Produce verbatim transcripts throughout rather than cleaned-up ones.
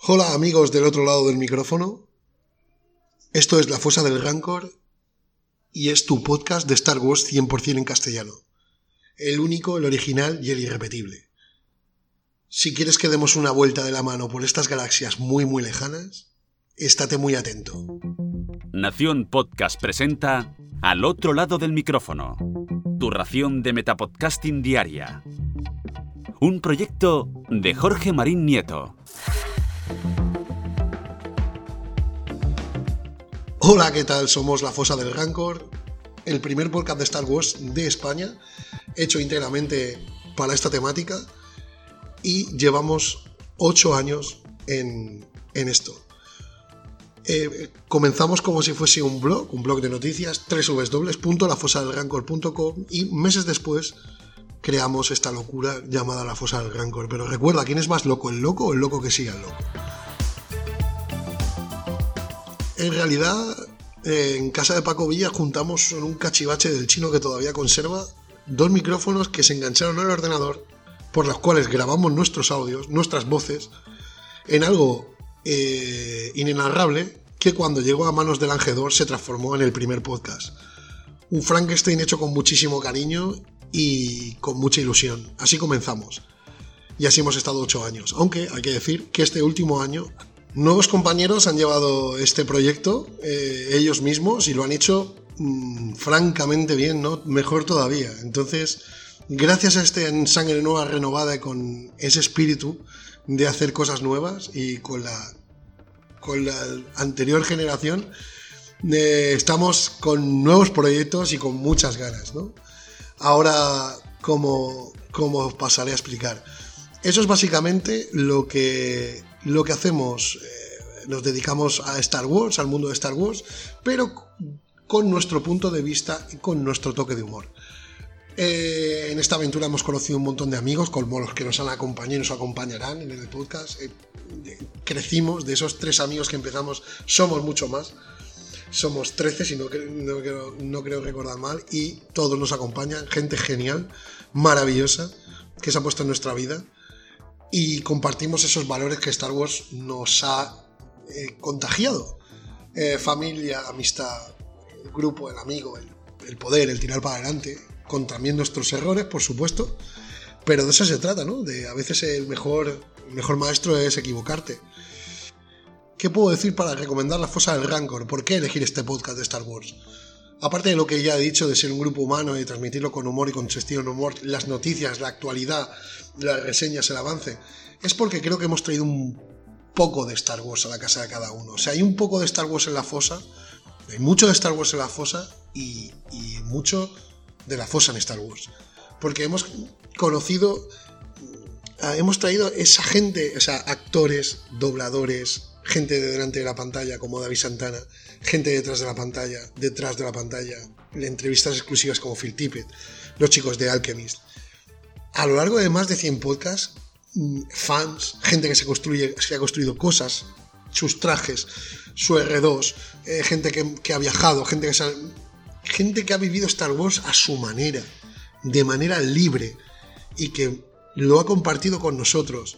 Hola amigos del otro lado del micrófono, esto es La Fosa del Rancor y es tu podcast de Star Wars cien por ciento en castellano, el único, el original y el irrepetible. Si quieres que demos una vuelta de la mano por estas galaxias muy muy lejanas, estate muy atento. Nación Podcast presenta Al otro lado del micrófono, tu ración de metapodcasting diaria. Un proyecto de Jorge Marín Nieto. Hola, ¿qué tal? Somos La Fosa del Rancor, el primer podcast de Star Wars de España, hecho íntegramente para esta temática, y llevamos ocho años en, en esto. Eh, comenzamos como si fuese un blog, un blog de noticias, doble u doble u doble u punto la fosa del rancor punto com, y meses después creamos esta locura llamada La Fosa del Rancor. Pero recuerda, ¿quién es más loco, el loco o el loco que sigue al loco? En realidad, eh, en casa de Paco Villa juntamos en un cachivache del chino que todavía conserva dos micrófonos que se engancharon al ordenador, por los cuales grabamos nuestros audios, nuestras voces, en algo eh, inenarrable que cuando llegó a manos del Angedor se transformó en el primer podcast. Un Frankenstein hecho con muchísimo cariño y con mucha ilusión. Así comenzamos. Y así hemos estado ocho años. Aunque hay que decir que este último año nuevos compañeros han llevado este proyecto eh, ellos mismos y lo han hecho mmm, francamente bien, ¿no? Mejor todavía. Entonces, gracias a este sangre nueva renovada y con ese espíritu de hacer cosas nuevas y con la, con la anterior generación, eh, estamos con nuevos proyectos y con muchas ganas, ¿no? Ahora, como, como os pasaré a explicar. Eso es básicamente lo que, lo que hacemos. Eh, nos dedicamos a Star Wars, al mundo de Star Wars, pero con nuestro punto de vista y con nuestro toque de humor. Eh, en esta aventura hemos conocido un montón de amigos, como los que nos han acompañado y nos acompañarán en el podcast. Eh, crecimos, de esos tres amigos que empezamos, somos mucho más. Somos trece, si no, no, no, no creo recordar mal, y todos nos acompañan, gente genial, maravillosa, que se ha puesto en nuestra vida. Y compartimos esos valores que Star Wars nos ha eh, contagiado. Eh, familia, amistad, el grupo, el amigo, el, el poder, el tirar para adelante, con también nuestros errores, por supuesto. Pero de eso se trata, ¿no? De a veces el mejor, el mejor maestro es equivocarte. ¿Qué puedo decir para recomendar La Fosa del Rancor? ¿Por qué elegir este podcast de Star Wars? Aparte de lo que ya he dicho de ser un grupo humano y transmitirlo con humor y con sentido de humor, las noticias, la actualidad, las reseñas, el avance, es porque creo que hemos traído un poco de Star Wars a la casa de cada uno. O sea, hay un poco de Star Wars en la fosa, hay mucho de Star Wars en la fosa y, y mucho de la fosa en Star Wars. Porque hemos conocido, hemos traído esa gente, o sea, actores, dobladores, gente de delante de la pantalla como David Santana, gente detrás de la pantalla, detrás de la pantalla, entrevistas exclusivas como Phil Tippett, los chicos de Alchemist. A lo largo de más de cien podcasts, fans, gente que se construye, que ha construido cosas, sus trajes, su erre dos, eh, gente que, que ha viajado, gente que, se ha, gente que ha vivido Star Wars a su manera, de manera libre, y que lo ha compartido con nosotros.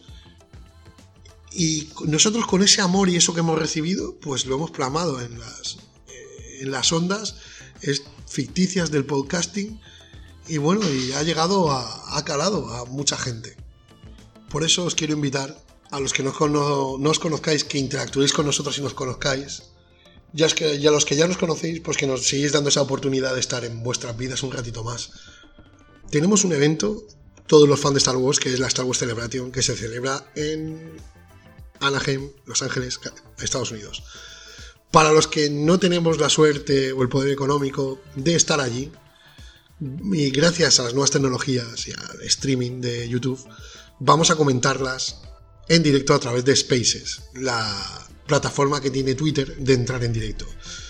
Y nosotros con ese amor y eso que hemos recibido, pues lo hemos plasmado en las, eh, en las ondas es, ficticias del podcasting, y bueno, y ha llegado a, ha calado a mucha gente. Por eso os quiero invitar a los que no, no, no os conozcáis, que interactuéis con nosotros y nos conozcáis. Ya, es que, ya los que ya nos conocéis, pues que nos sigáis dando esa oportunidad de estar en vuestras vidas un ratito más. Tenemos un evento, todos los fans de Star Wars, que es la Star Wars Celebration, que se celebra en Anaheim, Los Ángeles, Estados Unidos. Para los que no tenemos la suerte o el poder económico de estar allí, y gracias a las nuevas tecnologías y al streaming de YouTube, vamos a comentarlas en directo a través de Spaces, la plataforma que tiene Twitter de entrar en directo.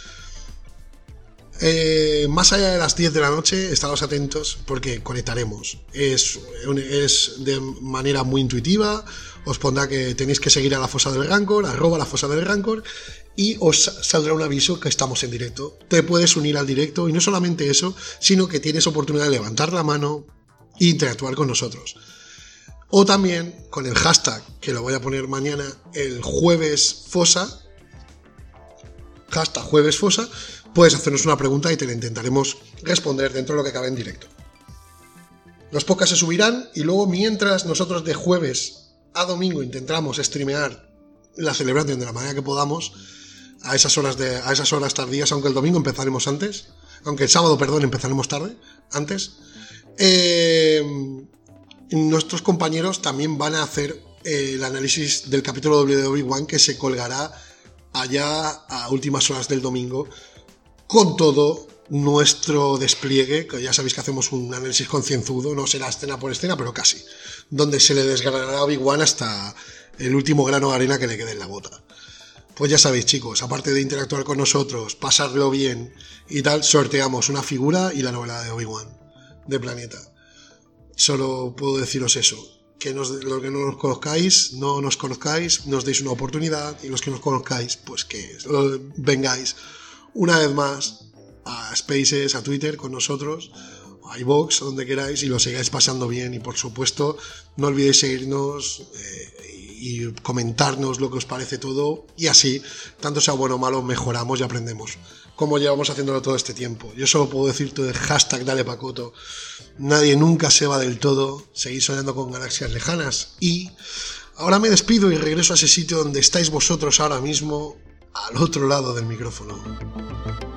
Eh, más allá de las diez de la noche, estados atentos porque conectaremos. Es, es de manera muy intuitiva. Os pondrá que tenéis que seguir a La Fosa del Rancor, arroba La Fosa del Rancor, y os saldrá un aviso que estamos en directo. Te puedes unir al directo y no solamente eso, sino que tienes oportunidad de levantar la mano e interactuar con nosotros. O también con el hashtag, que lo voy a poner mañana, el jueves fosa, hashtag jueves fosa, puedes hacernos una pregunta y te la intentaremos responder dentro de lo que cabe en directo. Los podcasts se subirán y luego, mientras nosotros de jueves a domingo intentamos streamear la celebración de la manera que podamos, a esas horas de, a esas horas tardías, aunque el domingo empezaremos antes, aunque el sábado, perdón, empezaremos tarde, antes, eh, nuestros compañeros también van a hacer eh, el análisis del capítulo doble de Obi-Wan, que se colgará allá a últimas horas del domingo, con todo nuestro despliegue, que ya sabéis que hacemos un análisis concienzudo, no será escena por escena, pero casi, donde se le desgranará a Obi-Wan hasta el último grano de arena que le quede en la bota. Pues ya sabéis, chicos, aparte de interactuar con nosotros, pasarlo bien y tal, sorteamos una figura y la novela de Obi-Wan, de Planeta. Solo puedo deciros eso, que nos, los que no nos conozcáis, no nos conozcáis, nos deis una oportunidad, y los que nos conozcáis, pues que vengáis una vez más a Spaces, a Twitter con nosotros, a iVoox, donde queráis, y lo sigáis pasando bien. Y por supuesto, no olvidéis seguirnos eh, y comentarnos lo que os parece todo, y así, tanto sea bueno o malo, mejoramos y aprendemos, como llevamos haciéndolo todo este tiempo. Yo solo puedo decirte el hashtag Dale Pacoto. Nadie nunca se va del todo, seguid soñando con galaxias lejanas. Y ahora me despido y regreso a ese sitio donde estáis vosotros ahora mismo, al otro lado del micrófono.